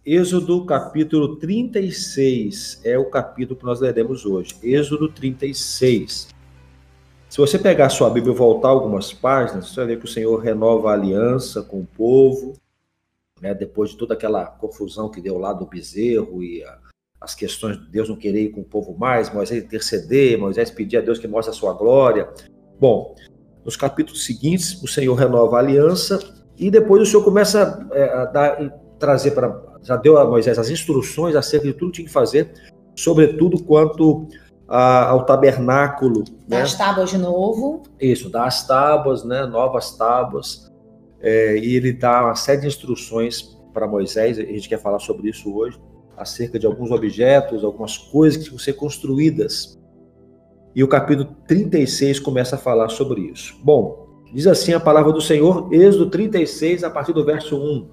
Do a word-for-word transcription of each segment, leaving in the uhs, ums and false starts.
Êxodo capítulo trinta e seis é o capítulo que nós leremos hoje. Êxodo trinta e seis. Se você pegar a sua Bíblia e voltar algumas páginas, você vai ver que o Senhor renova a aliança com o povo, né, depois de toda aquela confusão que deu lá do bezerro e a, as questões de Deus não querer ir com o povo mais, Moisés interceder, Moisés pedir a Deus que mostre a sua glória. Bom, nos capítulos seguintes, o Senhor renova a aliança e depois o Senhor começa é, a dar, trazer para... Já deu a Moisés as instruções acerca de tudo que tinha que fazer, sobretudo quanto a, ao tabernáculo. Dar, né? As tábuas de novo. Isso, dar as tábuas, né? Novas tábuas. É, e ele dá uma série de instruções para Moisés, a gente quer falar sobre isso hoje, acerca de alguns objetos, algumas coisas que vão ser construídas. E o capítulo trinta e seis começa a falar sobre isso. Bom, diz assim a palavra do Senhor, Êxodo trinta e seis, a partir do verso um.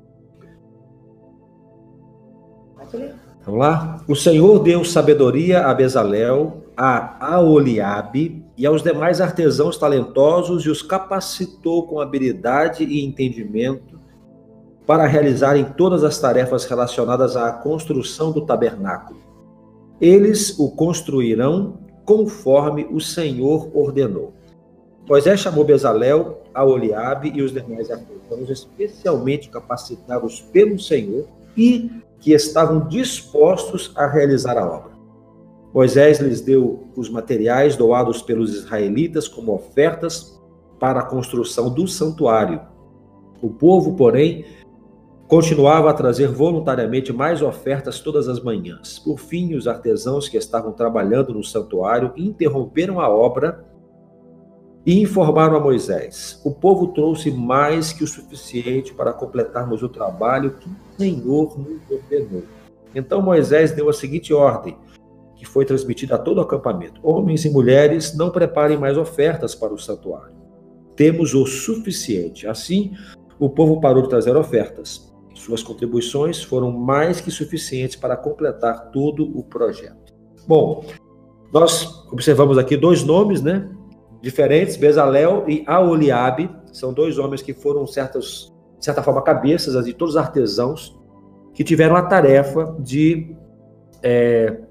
Vamos lá? O Senhor deu sabedoria a Bezalel, a Aholiabe e aos demais artesãos talentosos e os capacitou com habilidade e entendimento para realizarem todas as tarefas relacionadas à construção do tabernáculo. Eles o construirão conforme o Senhor ordenou. Moisés chamou Bezalel, Aholiabe e os demais artesãos especialmente capacitados pelo Senhor e que estavam dispostos a realizar a obra. Moisés lhes deu os materiais doados pelos israelitas como ofertas para a construção do santuário. O povo, porém, continuava a trazer voluntariamente mais ofertas todas as manhãs. Por fim, os artesãos que estavam trabalhando no santuário interromperam a obra e informaram a Moisés: o povo trouxe mais que o suficiente para completarmos o trabalho que o Senhor nos ordenou. Então Moisés deu a seguinte ordem, que foi transmitida a todo o acampamento: homens e mulheres, não preparem mais ofertas para o santuário. Temos o suficiente. Assim, o povo parou de trazer ofertas. Suas contribuições foram mais que suficientes para completar todo o projeto. Bom, nós observamos aqui dois nomes, né? Diferentes, Bezalel e Aholiabe, são dois homens que foram, certas, de certa forma, cabeças de todos os artesãos que tiveram a tarefa de é,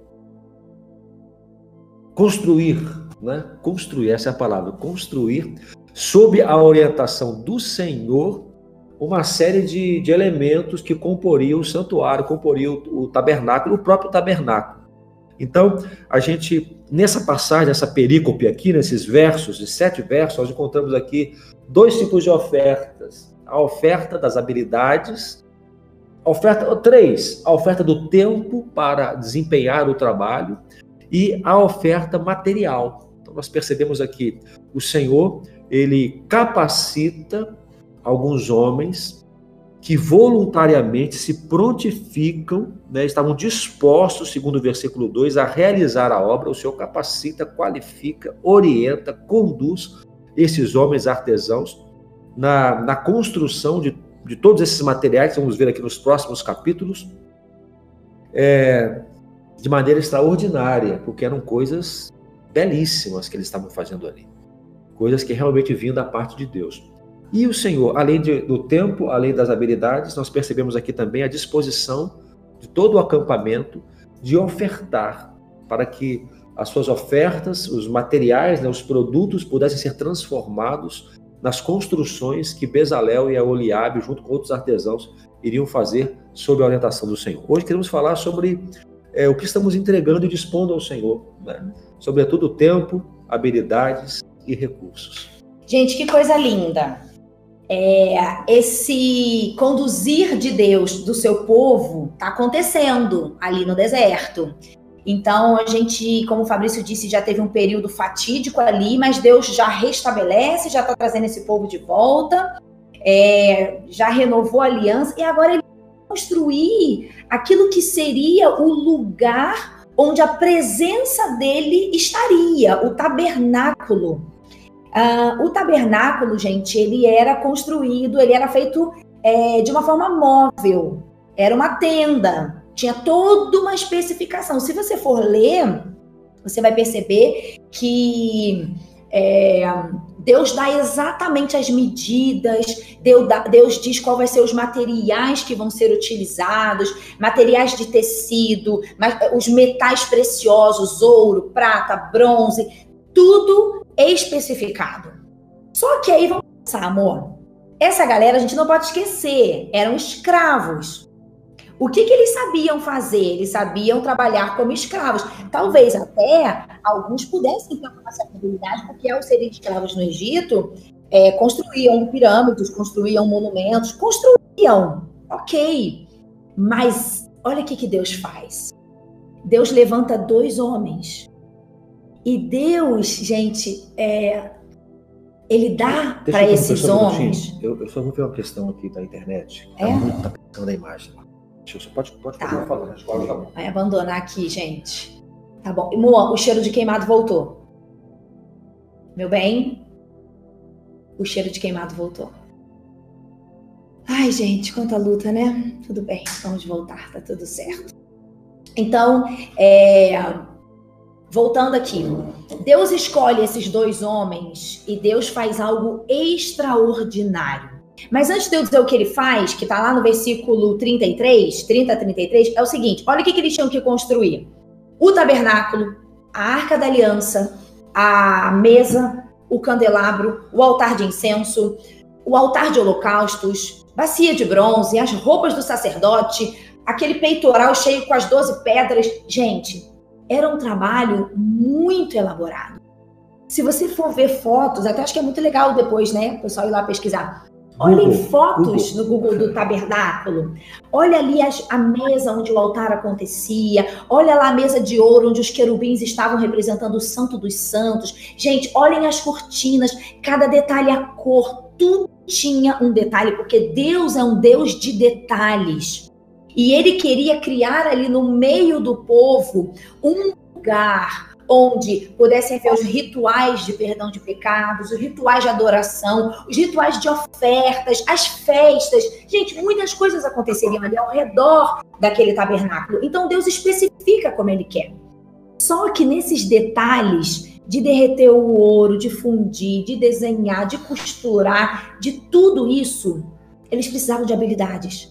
construir, né? Construir, essa é a palavra, construir, sob a orientação do Senhor, uma série de, de elementos que comporiam o santuário, comporiam o, o tabernáculo, o próprio tabernáculo. Então, a gente, nessa passagem, nessa perícope aqui, nesses versos, de sete versos, nós encontramos aqui dois tipos de ofertas. A oferta das habilidades, a oferta, três, a oferta do tempo para desempenhar o trabalho e a oferta material. Então, nós percebemos aqui, o Senhor, ele capacita alguns homens que voluntariamente se prontificam, né, estavam dispostos, segundo o versículo dois, a realizar a obra. O Senhor capacita, qualifica, orienta, conduz esses homens artesãos na, na construção de, de todos esses materiais, que vamos ver aqui nos próximos capítulos, é, de maneira extraordinária, porque eram coisas belíssimas que eles estavam fazendo ali, coisas que realmente vinham da parte de Deus. E o Senhor, além de, do tempo, além das habilidades, nós percebemos aqui também a disposição de todo o acampamento de ofertar, para que as suas ofertas, os materiais, né, os produtos pudessem ser transformados nas construções que Bezalel e Aholiabe, junto com outros artesãos, iriam fazer sob a orientação do Senhor. Hoje queremos falar sobre é, o que estamos entregando e dispondo ao Senhor, né? Sobretudo tempo, habilidades e recursos. Gente, que coisa linda! É, esse conduzir de Deus do seu povo está acontecendo ali no deserto. Então a gente, como o Fabrício disse, já teve um período fatídico ali, mas Deus já restabelece, já está trazendo esse povo de volta, é, já renovou a aliança e agora ele vai construir aquilo que seria o lugar onde a presença dele estaria, o tabernáculo. Uh, o tabernáculo, gente, ele era construído, ele era feito é, de uma forma móvel, era uma tenda, tinha toda uma especificação. Se você for ler, você vai perceber que é, Deus dá exatamente as medidas, Deus diz qual vai ser os materiais que vão ser utilizados, materiais de tecido, os metais preciosos, ouro, prata, bronze, tudo especificado. Só que aí vamos pensar, amor, essa galera a gente não pode esquecer, eram escravos. O que, que eles sabiam fazer? Eles sabiam trabalhar como escravos. Talvez até alguns pudessem ter uma certa habilidade, porque ao serem escravos no Egito, é, construíam pirâmides, construíam monumentos, construíam, ok. Mas olha o que, que Deus faz. Deus levanta dois homens. E Deus, gente, é, ele dá para esses homens... Eu, eu só vou ver uma questão aqui da internet. É? Tá muito tá pensando da imagem. Você pode, pode tá. falar, tá bom. Vai abandonar aqui, gente. Tá bom. Moa, o cheiro de queimado voltou. Meu bem, o cheiro de queimado voltou. Ai, gente, quanta luta, né? Tudo bem, vamos voltar, tá tudo certo. Então, é... voltando aqui. Deus escolhe esses dois homens e Deus faz algo extraordinário. Mas antes de eu dizer o que ele faz, que está lá no versículo trinta e três, trinta a trinta e três, é o seguinte, olha o que, que eles tinham que construir. O tabernáculo, a arca da aliança, a mesa, o candelabro, o altar de incenso, o altar de holocaustos, bacia de bronze, as roupas do sacerdote, aquele peitoral cheio com as doze pedras. Gente, era um trabalho muito elaborado. Se você for ver fotos, até acho que é muito legal depois, né, o pessoal ir lá pesquisar. Olhem fotos no Google do tabernáculo. Olha ali as, a mesa onde o altar acontecia. Olha lá a mesa de ouro onde os querubins estavam representando o Santo dos Santos. Gente, olhem as cortinas, cada detalhe, a cor, tudo tinha um detalhe, porque Deus é um Deus de detalhes. E ele queria criar ali no meio do povo um lugar onde pudessem haver os rituais de perdão de pecados, os rituais de adoração, os rituais de ofertas, as festas. Gente, muitas coisas aconteceriam ali ao redor daquele tabernáculo. Então Deus especifica como ele quer. Só que nesses detalhes de derreter o ouro, de fundir, de desenhar, de costurar, de tudo isso, eles precisavam de habilidades.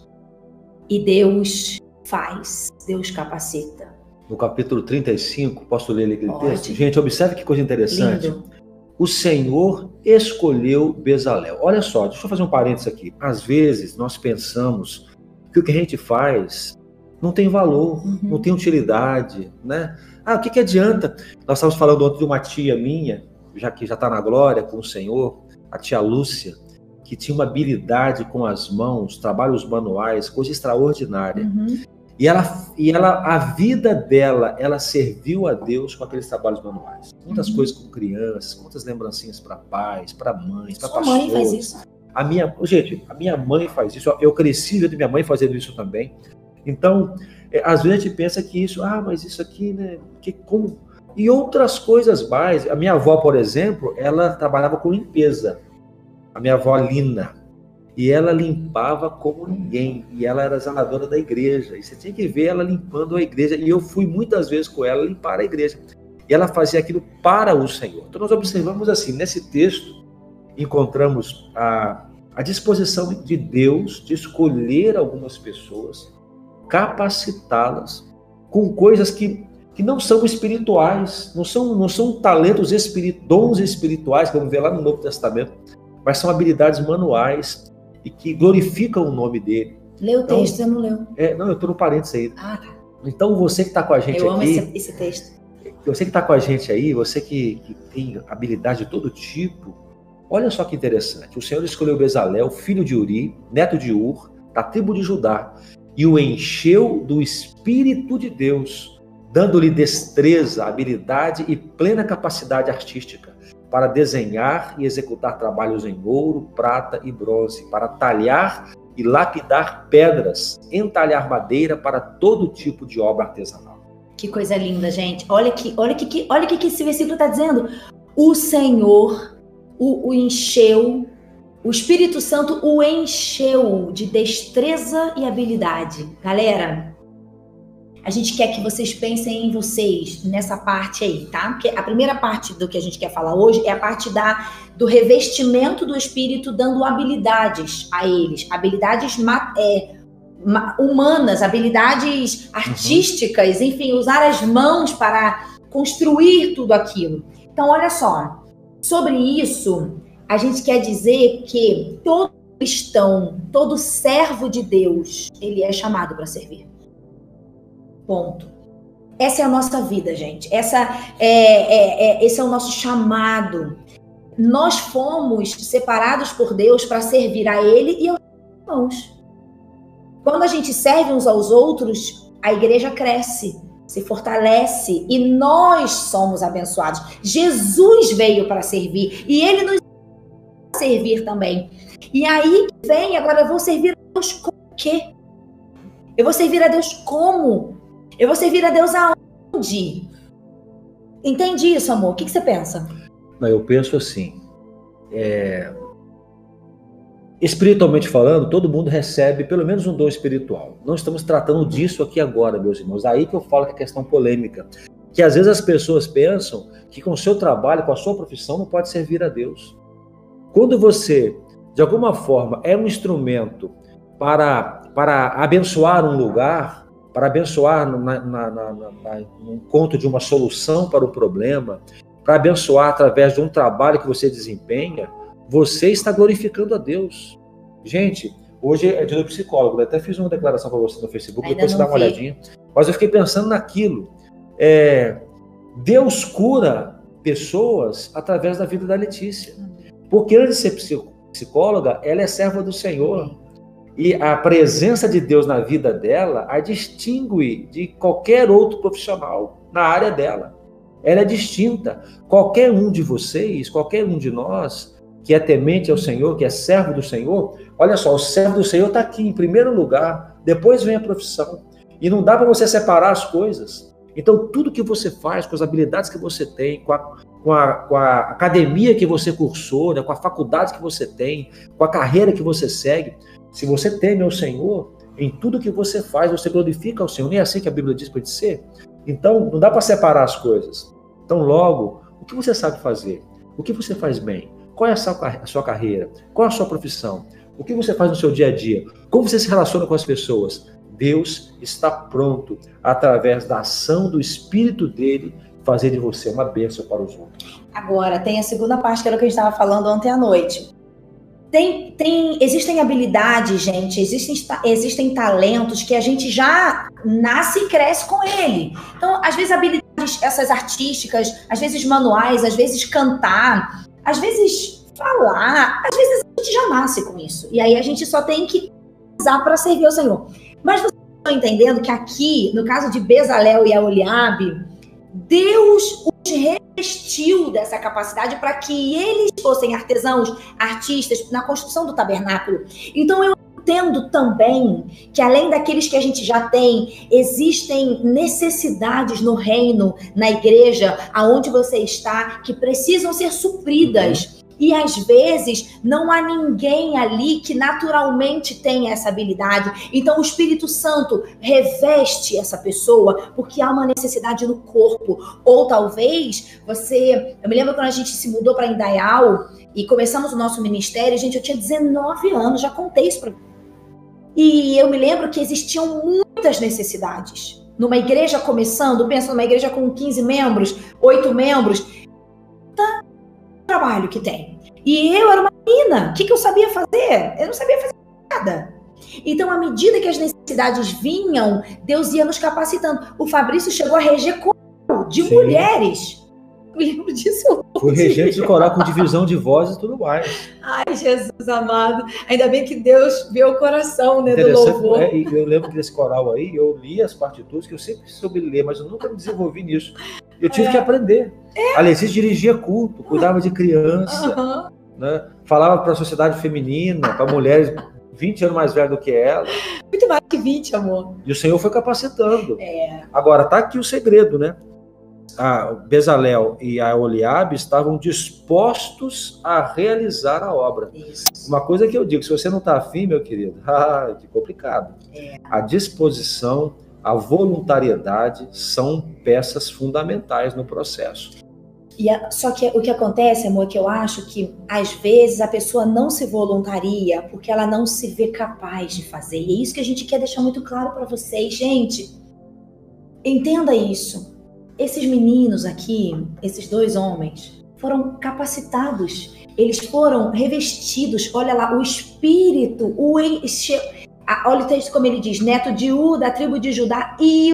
E Deus faz, Deus capacita. No capítulo trinta e cinco, posso ler aquele Pode. texto? Gente, observe que coisa interessante. Lindo. O Senhor escolheu Bezalel. Olha só, deixa eu fazer um parênteses aqui. Às vezes nós pensamos que o que a gente faz não tem valor, uhum. não tem utilidade, né? Ah, o que, que adianta? Nós estávamos falando ontem de uma tia minha, já que já está na glória com o Senhor, a tia Lúcia, que tinha uma habilidade com as mãos, trabalhos manuais, coisa extraordinária. Uhum. E, ela, e ela, a vida dela, ela serviu a Deus com aqueles trabalhos manuais. Muitas uhum. coisas com crianças, muitas lembrancinhas para pais, para mães, para pastores. Sua mãe faz isso. A minha, gente, a minha mãe faz isso. Eu cresci vendo minha mãe fazendo isso também. Então, é, às vezes a gente pensa que isso, ah, mas isso aqui, né? Que, como? E outras coisas mais. A minha avó, por exemplo, ela trabalhava com limpeza. A minha avó Lina. E ela limpava como ninguém. E ela era zeladora da igreja. E você tinha que ver ela limpando a igreja. E eu fui muitas vezes com ela limpar a igreja. E ela fazia aquilo para o Senhor. Então nós observamos assim, nesse texto, encontramos a, a disposição de Deus de escolher algumas pessoas, capacitá-las com coisas que, que não são espirituais, não são, não são talentos, espirit, dons espirituais, que vamos ver lá no Novo Testamento, mas são habilidades manuais, e que glorificam o nome dele. Lê o então, texto, você não leu. É, não, eu estou no parênteses aí. Ah, tá. Então, você que está com a gente eu aqui... Eu amo esse, esse texto. Você que está com a gente aí, você que, que tem habilidade de todo tipo, olha só que interessante. O Senhor escolheu Bezalel, filho de Uri, neto de Ur, da tribo de Judá, e o encheu do Espírito de Deus, dando-lhe destreza, habilidade e plena capacidade artística, para desenhar e executar trabalhos em ouro, prata e bronze, para talhar e lapidar pedras, entalhar madeira para todo tipo de obra artesanal. Que coisa linda, gente. Olha que, olha que, olha que esse versículo está dizendo. O Senhor o, o encheu, o Espírito Santo o encheu de destreza e habilidade. Galera, a gente quer que vocês pensem em vocês nessa parte aí, tá? Porque a primeira parte do que a gente quer falar hoje é a parte da, do revestimento do Espírito, dando habilidades a eles, habilidades é, humanas, habilidades artísticas, enfim, usar as mãos para construir tudo aquilo. Então, olha só, sobre isso, a gente quer dizer que todo cristão, todo servo de Deus, ele é chamado para servir. Ponto. Essa é a nossa vida, gente. Essa é, é, é, esse é o nosso chamado. Nós fomos separados por Deus para servir a Ele e aos irmãos. Quando a gente serve uns aos outros, a igreja cresce, se fortalece e nós somos abençoados. Jesus veio para servir e Ele nos vai servir também. E aí vem, agora eu vou servir a Deus com o quê? Eu vou servir a Deus como? Eu vou servir a Deus aonde? Entende isso, amor? O que, que você pensa? Não, eu penso assim, é... espiritualmente falando, todo mundo recebe pelo menos um dom espiritual. Não estamos tratando disso aqui agora, meus irmãos. Aí que eu falo que é questão polêmica. Que às vezes as pessoas pensam que com o seu trabalho, com a sua profissão, não pode servir a Deus. Quando você, de alguma forma, é um instrumento para, para abençoar um lugar, para abençoar na, na, na, na, no encontro de uma solução para o problema, para abençoar através de um trabalho que você desempenha, você está glorificando a Deus. Gente, hoje é dia do psicólogo, eu até fiz uma declaração para você no Facebook, Ainda depois você dá uma vi. olhadinha. Mas eu fiquei pensando naquilo. É, Deus cura pessoas através da vida da Letícia. Porque antes de ser psicóloga, ela é serva do Senhor. E a presença de Deus na vida dela a distingue de qualquer outro profissional na área dela. Ela é distinta. Qualquer um de vocês, qualquer um de nós, que é temente ao Senhor, que é servo do Senhor, olha só, o servo do Senhor está aqui em primeiro lugar, depois vem a profissão. E não dá para você separar as coisas. Então, tudo que você faz, com as habilidades que você tem, com a, com a, com a academia que você cursou, né, com a faculdade que você tem, com a carreira que você segue, se você teme ao Senhor, em tudo que você faz, você glorifica ao Senhor. Nem é assim que a Bíblia diz para gente ser? Então, não dá para separar as coisas. Então, logo, o que você sabe fazer? O que você faz bem? Qual é a sua carreira? Qual é a sua profissão? O que você faz no seu dia a dia? Como você se relaciona com as pessoas? Deus está pronto, através da ação do Espírito dele, fazer de você uma bênção para os outros. Agora, tem a segunda parte, que era o que a gente estava falando ontem à noite. Tem, tem, existem habilidades, gente, existem, existem talentos que a gente já nasce e cresce com ele. Então, às vezes, habilidades essas artísticas, às vezes manuais, às vezes cantar, às vezes falar, às vezes a gente já nasce com isso. E aí a gente só tem que usar para servir ao Senhor. Mas vocês estão entendendo que aqui, no caso de Bezalel e Aholiabe, Deus os revestiu dessa capacidade para que eles fossem artesãos, artistas, na construção do tabernáculo. Então eu entendo também que além daqueles que a gente já tem, existem necessidades no reino, na igreja, aonde você está, que precisam ser supridas. E às vezes não há ninguém ali que naturalmente tenha essa habilidade. Então o Espírito Santo reveste essa pessoa porque há uma necessidade no corpo. Ou talvez você... Eu me lembro quando a gente se mudou para Indaial e começamos o nosso ministério, gente, eu tinha dezenove anos, já contei isso para mim. E eu me lembro que existiam muitas necessidades. Numa igreja começando, pensa numa igreja com quinze membros, oito membros, tá trabalho que tem. E eu era uma menina, o que, que eu sabia fazer? Eu não sabia fazer nada. Então, à medida que as necessidades vinham, Deus ia nos capacitando. O Fabrício chegou a reger coral de Sim. mulheres. Eu lembro disso. Foi regente de coral com divisão de vozes e tudo mais. Ai, Jesus amado. Ainda bem que Deus vê o coração, né, do louvor. É, eu lembro que desse coral aí, eu li as partituras, que eu sempre soube ler, mas eu nunca me desenvolvi nisso. Eu tive é. que aprender. É. A Alexis dirigia culto, cuidava de criança, uhum. né? Falava para a sociedade feminina, para mulheres vinte anos mais velhas do que ela. Muito mais que vinte, amor. E o Senhor foi capacitando. É. Agora, tá aqui o segredo, né? A Bezalel e a Aholiabe estavam dispostos a realizar a obra. Isso. Uma coisa que eu digo, se você não está afim, meu querido, ah, é complicado. É. A disposição a voluntariedade são peças fundamentais no processo. E a, só que o que acontece, amor, é que eu acho que às vezes a pessoa não se voluntaria porque ela não se vê capaz de fazer. E é isso que a gente quer deixar muito claro para vocês. Gente, entenda isso. Esses meninos aqui, esses dois homens, foram capacitados. Eles foram revestidos. Olha lá, o espírito, o encheu. Olha o texto como ele diz, neto de U, da tribo de Judá, e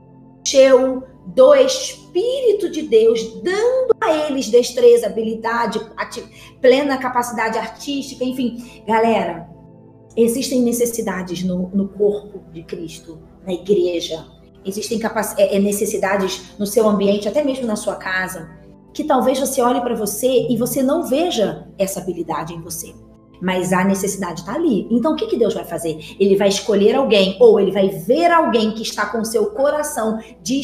encheu do Espírito de Deus, dando a eles destreza, habilidade, plena capacidade artística, enfim. Galera, existem necessidades no, no corpo de Cristo, na igreja. Existem necessidades no seu ambiente, até mesmo na sua casa, que talvez você olhe para você e você não veja essa habilidade em você. Mas a necessidade está ali. Então, o que, que Deus vai fazer? Ele vai escolher alguém, ou ele vai ver alguém que está com seu coração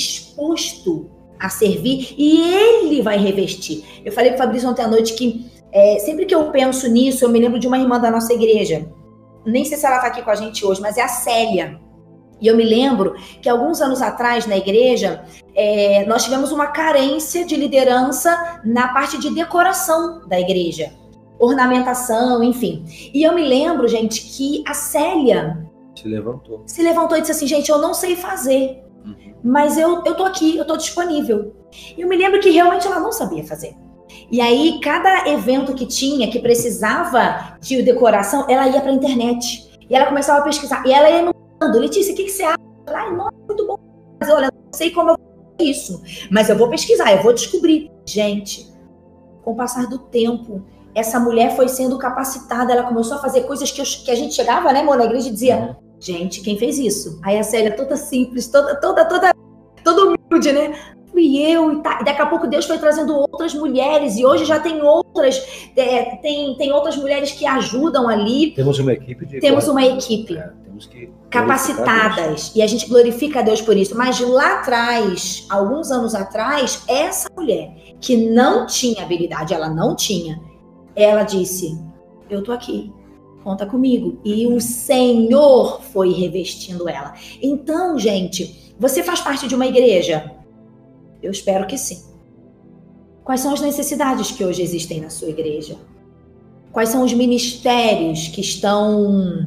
disposto a servir, e ele vai revestir. Eu falei para o Fabrício ontem à noite que é, sempre que eu penso nisso, eu me lembro de uma irmã da nossa igreja. Nem sei se ela está aqui com a gente hoje, mas é a Célia. E eu me lembro que alguns anos atrás, na igreja, é, nós tivemos uma carência de liderança na parte de decoração da igreja. Ornamentação, enfim. E eu me lembro, gente, que a Célia se levantou. Se levantou e disse assim, gente, eu não sei fazer, uhum. mas eu, eu tô aqui, eu tô disponível. E eu me lembro que realmente ela não sabia fazer. E aí, cada evento que tinha, que precisava de decoração, ela ia pra internet. E ela começava a pesquisar. E ela ia me mandando, Letícia, o que, que você acha? Ai, nossa, muito bom. Mas olha, não sei como eu vou fazer isso. Mas eu vou pesquisar, eu vou descobrir. Gente, com o passar do tempo, essa mulher foi sendo capacitada, ela começou a fazer coisas que, eu, que a gente chegava, né, amor, na igreja e dizia, uhum. gente, quem fez isso? Aí a Célia, toda simples, toda, toda, toda, toda humilde, né? Fui eu e tá. E daqui a pouco Deus foi trazendo outras mulheres, e hoje já tem outras, é, tem, tem outras mulheres que ajudam ali. Temos uma equipe de... Temos uma equipe. É, temos que capacitadas, e a gente glorifica a Deus por isso. Mas lá atrás, alguns anos atrás, essa mulher que não tinha habilidade, ela não tinha, ela disse, eu tô aqui, conta comigo. E o Senhor foi revestindo ela. Então, gente, você faz parte de uma igreja? Eu espero que sim. Quais são as necessidades que hoje existem na sua igreja? Quais são os ministérios que estão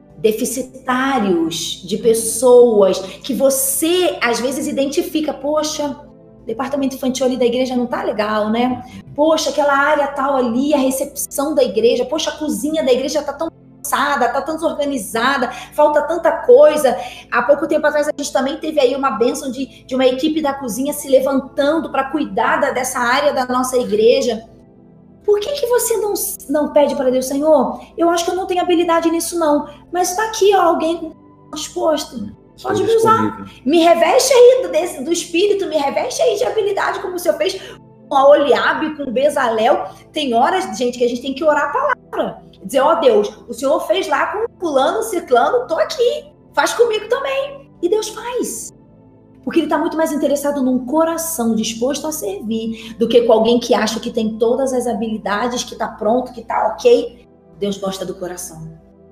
deficitários de pessoas que você, às vezes, identifica, poxa, o departamento infantil ali da igreja não tá legal, né? Poxa, aquela área tal ali, a recepção da igreja, poxa, a cozinha da igreja tá tão cansada, tá tão desorganizada, falta tanta coisa. Há pouco tempo atrás a gente também teve aí uma bênção de, de uma equipe da cozinha se levantando para cuidar da, dessa área da nossa igreja. Por que que você não, não pede para Deus, Senhor, eu acho que eu não tenho habilidade nisso não, mas tá aqui ó, alguém disposto. Pode me usar. Me reveste aí desse, do espírito, me reveste aí de habilidade, como o Senhor fez com a Oliabe, com o Bezalel. Tem horas, gente, que a gente tem que orar a palavra. Dizer, ó oh, Deus, o Senhor fez lá com fulano, ciclano, tô aqui. Faz comigo também. E Deus faz. Porque Ele está muito mais interessado num coração disposto a servir do que com alguém que acha que tem todas as habilidades, que tá pronto, que tá ok. Deus gosta do coração.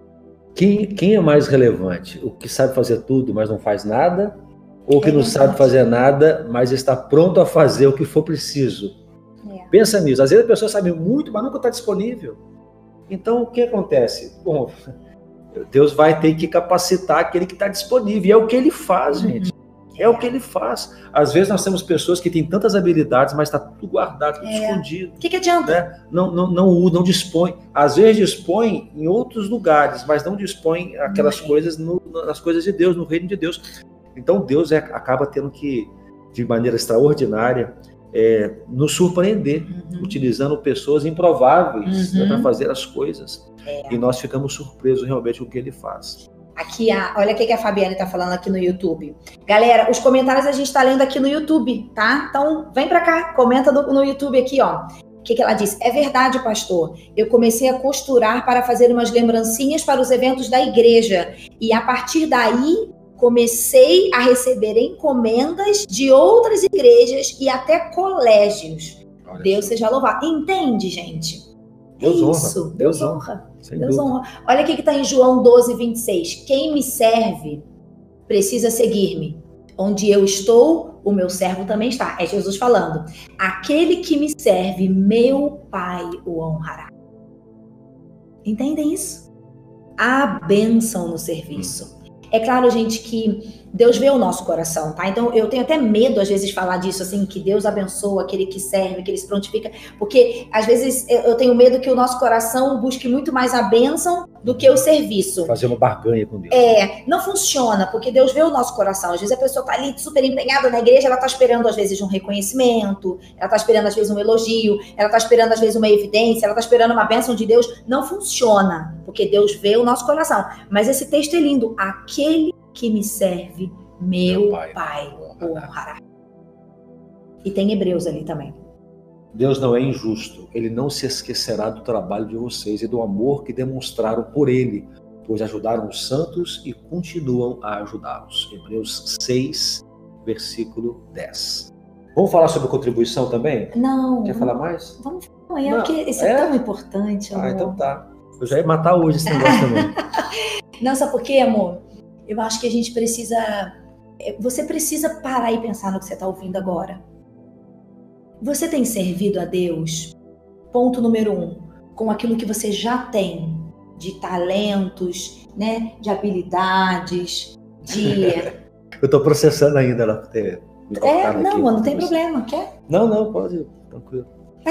Quem, quem é mais relevante? O que sabe fazer tudo, mas não faz nada? Ou o que é não sabe fazer nada, mas está pronto a fazer o que for preciso? É. Pensa nisso. Às vezes a pessoa sabe muito, mas nunca está disponível. Então, o que acontece? Bom, Deus vai ter que capacitar aquele que está disponível. E é o que Ele faz, gente. É o que Ele faz. Às vezes nós temos pessoas que têm tantas habilidades, mas está tudo guardado, tudo é. escondido. O que, que adianta? Né? Não, não, não, não dispõe. Às vezes dispõe em outros lugares, mas não dispõe aquelas não. coisas no, nas coisas de Deus, no reino de Deus. Então Deus é, acaba tendo que, de maneira extraordinária, é, nos surpreender, uhum. utilizando pessoas improváveis, uhum. né, para fazer as coisas. É. E nós ficamos surpresos realmente com o que Ele faz. Aqui, a, olha o que a Fabiane tá falando aqui no YouTube. Galera, os comentários a gente tá lendo aqui no YouTube, tá? Então, vem pra cá, comenta no, no YouTube aqui, ó. O que, que ela disse? É verdade, pastor. Eu comecei a costurar para fazer umas lembrancinhas para os eventos da igreja. E a partir daí, comecei a receber encomendas de outras igrejas e até colégios. Olha Deus seja louvado. Entende, gente? Deus é honra. Isso. Deus, Deus honra. honra. Deus honra. Olha o que está em João doze, vinte e seis. Quem me serve precisa seguir-me. Onde eu estou, o meu servo também está. É Jesus falando. Aquele que me serve, meu Pai o honrará. Entendem isso? Há bênção no serviço. É claro, gente, que Deus vê o nosso coração, tá? Então, eu tenho até medo, às vezes, de falar disso, assim, que Deus abençoa aquele que serve, que ele se prontifica, porque, às vezes, eu tenho medo que o nosso coração busque muito mais a bênção do que o serviço. Fazer uma barganha com Deus. É, não funciona, porque Deus vê o nosso coração. Às vezes, a pessoa tá ali super empenhada na igreja, ela tá esperando, às vezes, um reconhecimento, ela tá esperando, às vezes, um elogio, ela tá esperando, às vezes, uma evidência, ela tá esperando uma bênção de Deus. Não funciona, porque Deus vê o nosso coração. Mas esse texto é lindo. Aquele que me serve, meu, meu pai, pai o honrará. E tem Hebreus ali também. Deus não é injusto. Ele não se esquecerá do trabalho de vocês e do amor que demonstraram por ele, pois ajudaram os santos e continuam a ajudá-los. Hebreus seis, versículo dez. Vamos falar sobre contribuição também? Não. Quer falar mais? Vamos falar amanhã, porque isso é, é tão importante, amor. Ah, então tá. Eu já ia matar hoje esse negócio também. Não, sabe por quê, amor? Eu acho que a gente precisa... Você precisa parar e pensar no que você está ouvindo agora. Você tem servido a Deus, ponto número um, com aquilo que você já tem, de talentos, né, de habilidades, de... Eu estou processando ainda ela ter me É, não, aqui, não tem problema, quer? Não, não, pode ir, tranquilo.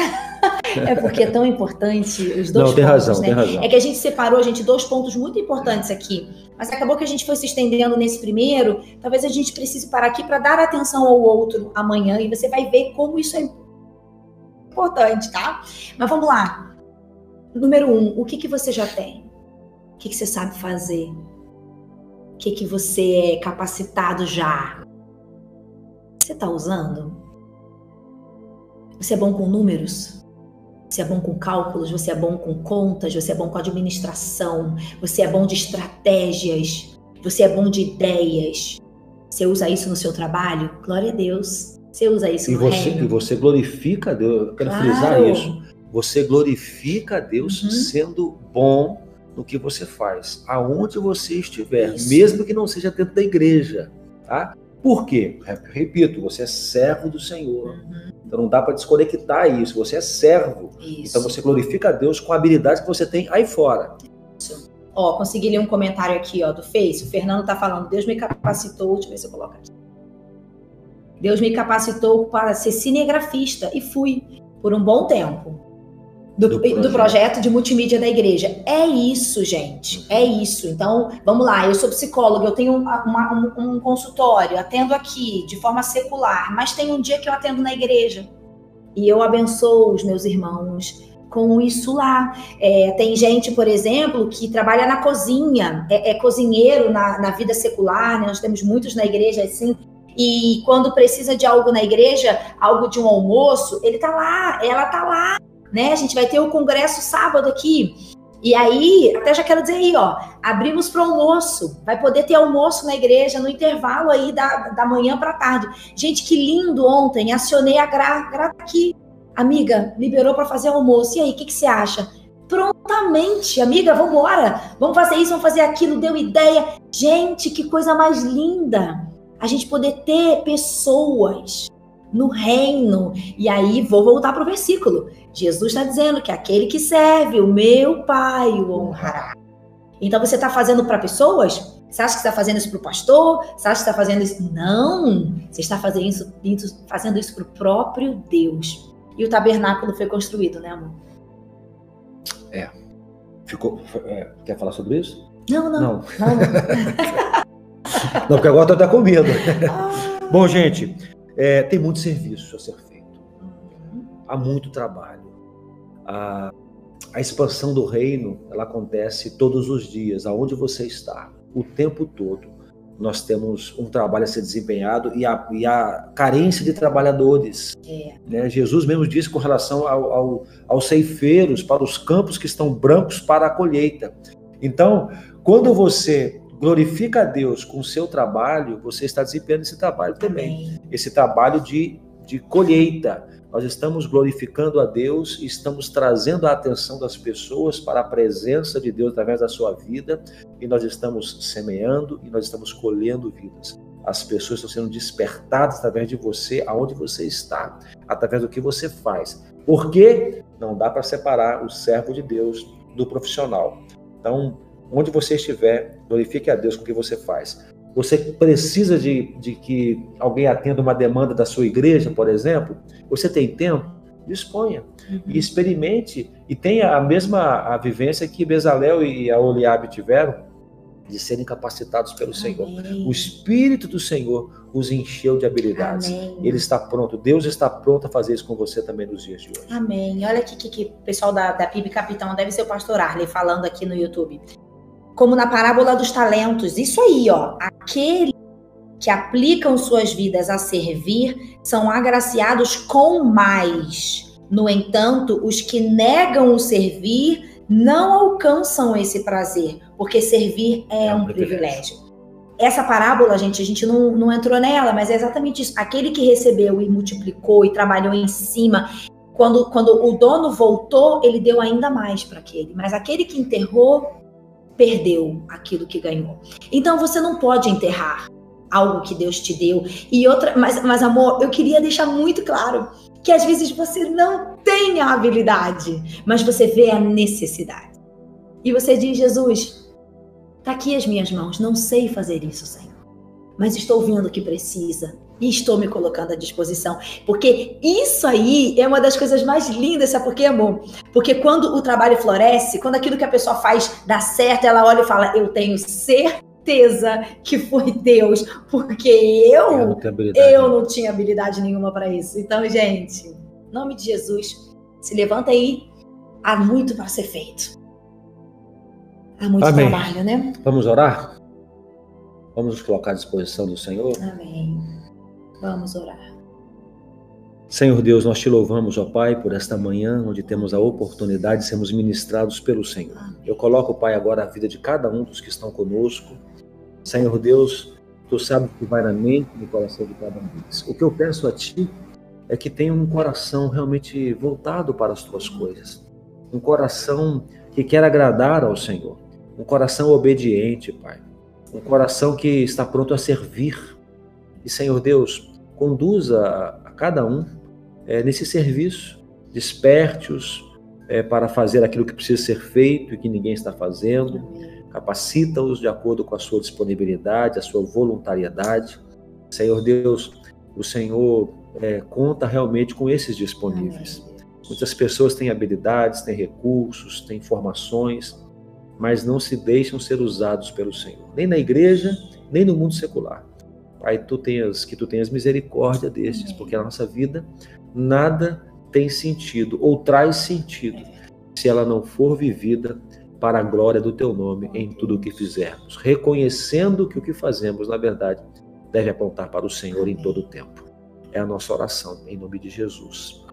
É porque é tão importante os dois Não, tem pontos, razão, né? tem razão. É que a gente separou, gente, dois pontos muito importantes aqui. Mas acabou que a gente foi se estendendo nesse primeiro. Talvez a gente precise parar aqui para dar atenção ao outro amanhã. E você vai ver como isso é importante, tá? Mas vamos lá. Número um, o que, que você já tem? O que, que você sabe fazer? O que, que você é capacitado já? Você está usando? Você é bom com números? Você é bom com cálculos? Você é bom com contas? Você é bom com administração? Você é bom de estratégias? Você é bom de ideias? Você usa isso no seu trabalho? Glória a Deus. Você usa isso e no você, reino? E você glorifica a Deus. Eu quero Claro. frisar isso. Você glorifica a Deus Uhum. sendo bom no que você faz, aonde você estiver, Isso. mesmo que não seja dentro da igreja, tá? Por quê? Repito, você é servo do Senhor. Uhum. Então não dá para desconectar isso. Você é servo. Isso. Então você glorifica a Deus com a habilidade que você tem aí fora. Isso. Ó, consegui ler um comentário aqui, ó, do Face. O Fernando tá falando, Deus me capacitou, deixa eu ver se eu coloco aqui. Deus me capacitou para ser cinegrafista e fui por um bom tempo. Do, do, projeto. do projeto de multimídia da igreja. É isso, gente. É isso. Então, vamos lá. Eu sou psicóloga, eu tenho uma, uma, um, um consultório, atendo aqui de forma secular, mas tem um dia que eu atendo na igreja. E eu abençoo os meus irmãos com isso lá. É, tem gente, por exemplo, que trabalha na cozinha, é, é cozinheiro na, na vida secular, né? Nós temos muitos na igreja assim. E quando precisa de algo na igreja, algo de um almoço, ele tá lá, ela tá lá. Né? A gente vai ter o congresso sábado aqui. E aí, até já quero dizer aí, ó, abrimos para o almoço. Vai poder ter almoço na igreja no intervalo aí da, da manhã para tarde. Gente, que lindo ontem. Acionei a Gra, Gra aqui. Amiga, liberou para fazer almoço. E aí, o que, que você acha? Prontamente, amiga, vamos embora. Vamos fazer isso, vamos fazer aquilo. Deu ideia. Gente, que coisa mais linda. A gente poder ter pessoas no reino. E aí, vou voltar para o versículo. Jesus está dizendo que aquele que serve, o meu Pai o honrará. Então, você está fazendo para pessoas? Você acha que está fazendo isso para o pastor? Você acha que está fazendo isso? Não! Você está fazendo isso, fazendo isso para o próprio Deus. E o tabernáculo foi construído, né, amor? É. Ficou, é, quer falar sobre isso? Não, não. Não, não. Não, porque agora eu estou até com medo. Ah. Bom, gente, é, tem muito serviço a ser feito. Há muito trabalho. A, a expansão do reino, ela acontece todos os dias, aonde você está, o tempo todo. Nós temos um trabalho a ser desempenhado e a, e a carência de trabalhadores. É. Né? Jesus mesmo disse com relação ao, ao, aos ceifeiros, para os campos que estão brancos para a colheita. Então, quando você glorifica a Deus com o seu trabalho, você está desempenhando esse trabalho também. Amém. Esse trabalho de de colheita. Nós estamos glorificando a Deus e estamos trazendo a atenção das pessoas para a presença de Deus através da sua vida, e nós estamos semeando e nós estamos colhendo vidas. As pessoas estão sendo despertadas através de você, aonde você está, através do que você faz. Porque não dá para separar o servo de Deus do profissional. Então, onde você estiver, glorifique a Deus com o que você faz. Você precisa de, de que alguém atenda uma demanda da sua igreja, por exemplo? Você tem tempo? Disponha. Uhum. E experimente. E tenha a mesma a vivência que Bezalel e a Oliabe tiveram, de serem capacitados pelo Amém. Senhor. O Espírito do Senhor os encheu de habilidades. Amém. Ele está pronto. Deus está pronto a fazer isso com você também nos dias de hoje. Amém. Olha aqui que o pessoal da, da P I B Capitão, deve ser o pastor Arley falando aqui no YouTube. Como na parábola dos talentos. Isso aí, ó. Aqueles que aplicam suas vidas a servir são agraciados com mais. No entanto, os que negam o servir não alcançam esse prazer, porque servir é, é um, um privilégio. privilégio. Essa parábola, gente, a gente não, não entrou nela, mas é exatamente isso. Aquele que recebeu e multiplicou e trabalhou em cima, quando, quando o dono voltou, ele deu ainda mais para aquele. Mas aquele que enterrou, perdeu aquilo que ganhou. Então você não pode enterrar algo que Deus te deu. E outra, mas, mas amor, eu queria deixar muito claro que às vezes você não tem a habilidade, mas você vê a necessidade. E você diz, Jesus, tá aqui as minhas mãos, não sei fazer isso, Senhor, mas estou vendo que precisa e estou me colocando à disposição. Porque isso aí é uma das coisas mais lindas, sabe por quê, amor? Porque quando o trabalho floresce, quando aquilo que a pessoa faz dá certo, ela olha e fala, eu tenho certeza que foi Deus, porque eu, eu, não, eu não tinha habilidade nenhuma para isso. Então, gente, em nome de Jesus, se levanta aí, há muito para ser feito. Há muito Amém. Trabalho, né? Vamos orar? Vamos nos colocar à disposição do Senhor? Amém. Vamos orar. Senhor Deus, nós te louvamos, ó Pai, por esta manhã, onde temos a oportunidade de sermos ministrados pelo Senhor. Amém. Eu coloco, Pai, agora a vida de cada um dos que estão conosco. Senhor Deus, Tu sabes o que vai na mente e no coração de cada um deles. O que eu peço a Ti é que tenha um coração realmente voltado para as Tuas coisas. Um coração que quer agradar ao Senhor. Um coração obediente, Pai. Um coração que está pronto a servir. E, Senhor Deus, conduza a cada um é, nesse serviço. Desperte-os é, para fazer aquilo que precisa ser feito e que ninguém está fazendo. Capacita-os de acordo com a sua disponibilidade, a sua voluntariedade. Senhor Deus, o Senhor é, conta realmente com esses disponíveis. Muitas pessoas têm habilidades, têm recursos, têm informações, mas não se deixam ser usados pelo Senhor, nem na igreja, nem no mundo secular. Pai, tu tenhas, que tu tenhas misericórdia destes, porque a nossa vida nada tem sentido ou traz sentido se ela não for vivida para a glória do teu nome em tudo o que fizermos, reconhecendo que o que fazemos, na verdade, deve apontar para o Senhor em todo o tempo. É a nossa oração, em nome de Jesus.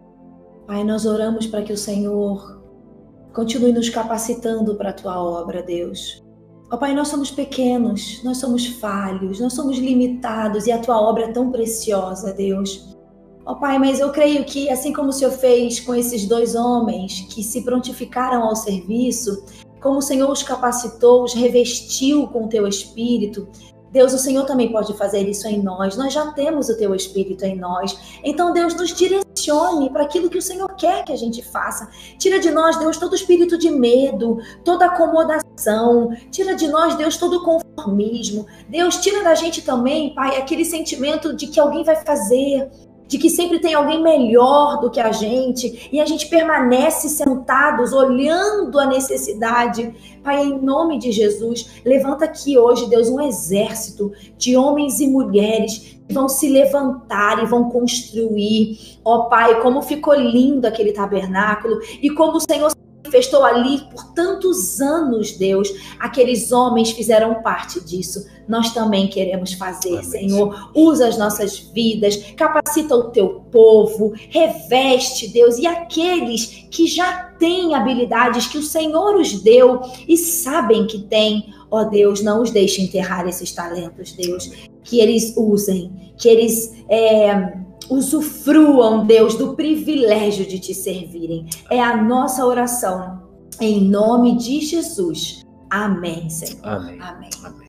Pai, nós oramos para que o Senhor continue nos capacitando para a tua obra, Deus. Ó Pai, nós somos pequenos, nós somos falhos, nós somos limitados e a tua obra é tão preciosa, Deus. Ó Pai, mas eu creio que assim como o Senhor fez com esses dois homens que se prontificaram ao serviço, como o Senhor os capacitou, os revestiu com o teu Espírito, Deus, o Senhor também pode fazer isso em nós. Nós já temos o teu Espírito em nós. Então, Deus, nos direcione para aquilo que o Senhor quer que a gente faça. Tira de nós, Deus, todo espírito de medo, toda acomodação. Tira de nós, Deus, todo conformismo. Deus, tira da gente também, Pai, aquele sentimento de que alguém vai fazer, de que sempre tem alguém melhor do que a gente, e a gente permanece sentados, olhando a necessidade. Pai, em nome de Jesus, levanta aqui hoje, Deus, um exército de homens e mulheres que vão se levantar e vão construir. Ó Pai, como ficou lindo aquele tabernáculo, e como o Senhor se manifestou ali por tantos anos, Deus. Aqueles homens fizeram parte disso. Nós também queremos fazer, Amém. Senhor. Usa as nossas vidas, capacita o teu povo, reveste, Deus, e aqueles que já têm habilidades que o Senhor os deu e sabem que têm, ó Deus, não os deixe enterrar esses talentos, Deus. Que eles usem, que eles é, usufruam, Deus, do privilégio de te servirem. É a nossa oração, em nome de Jesus. Amém, Senhor. Amém. Amém. Amém.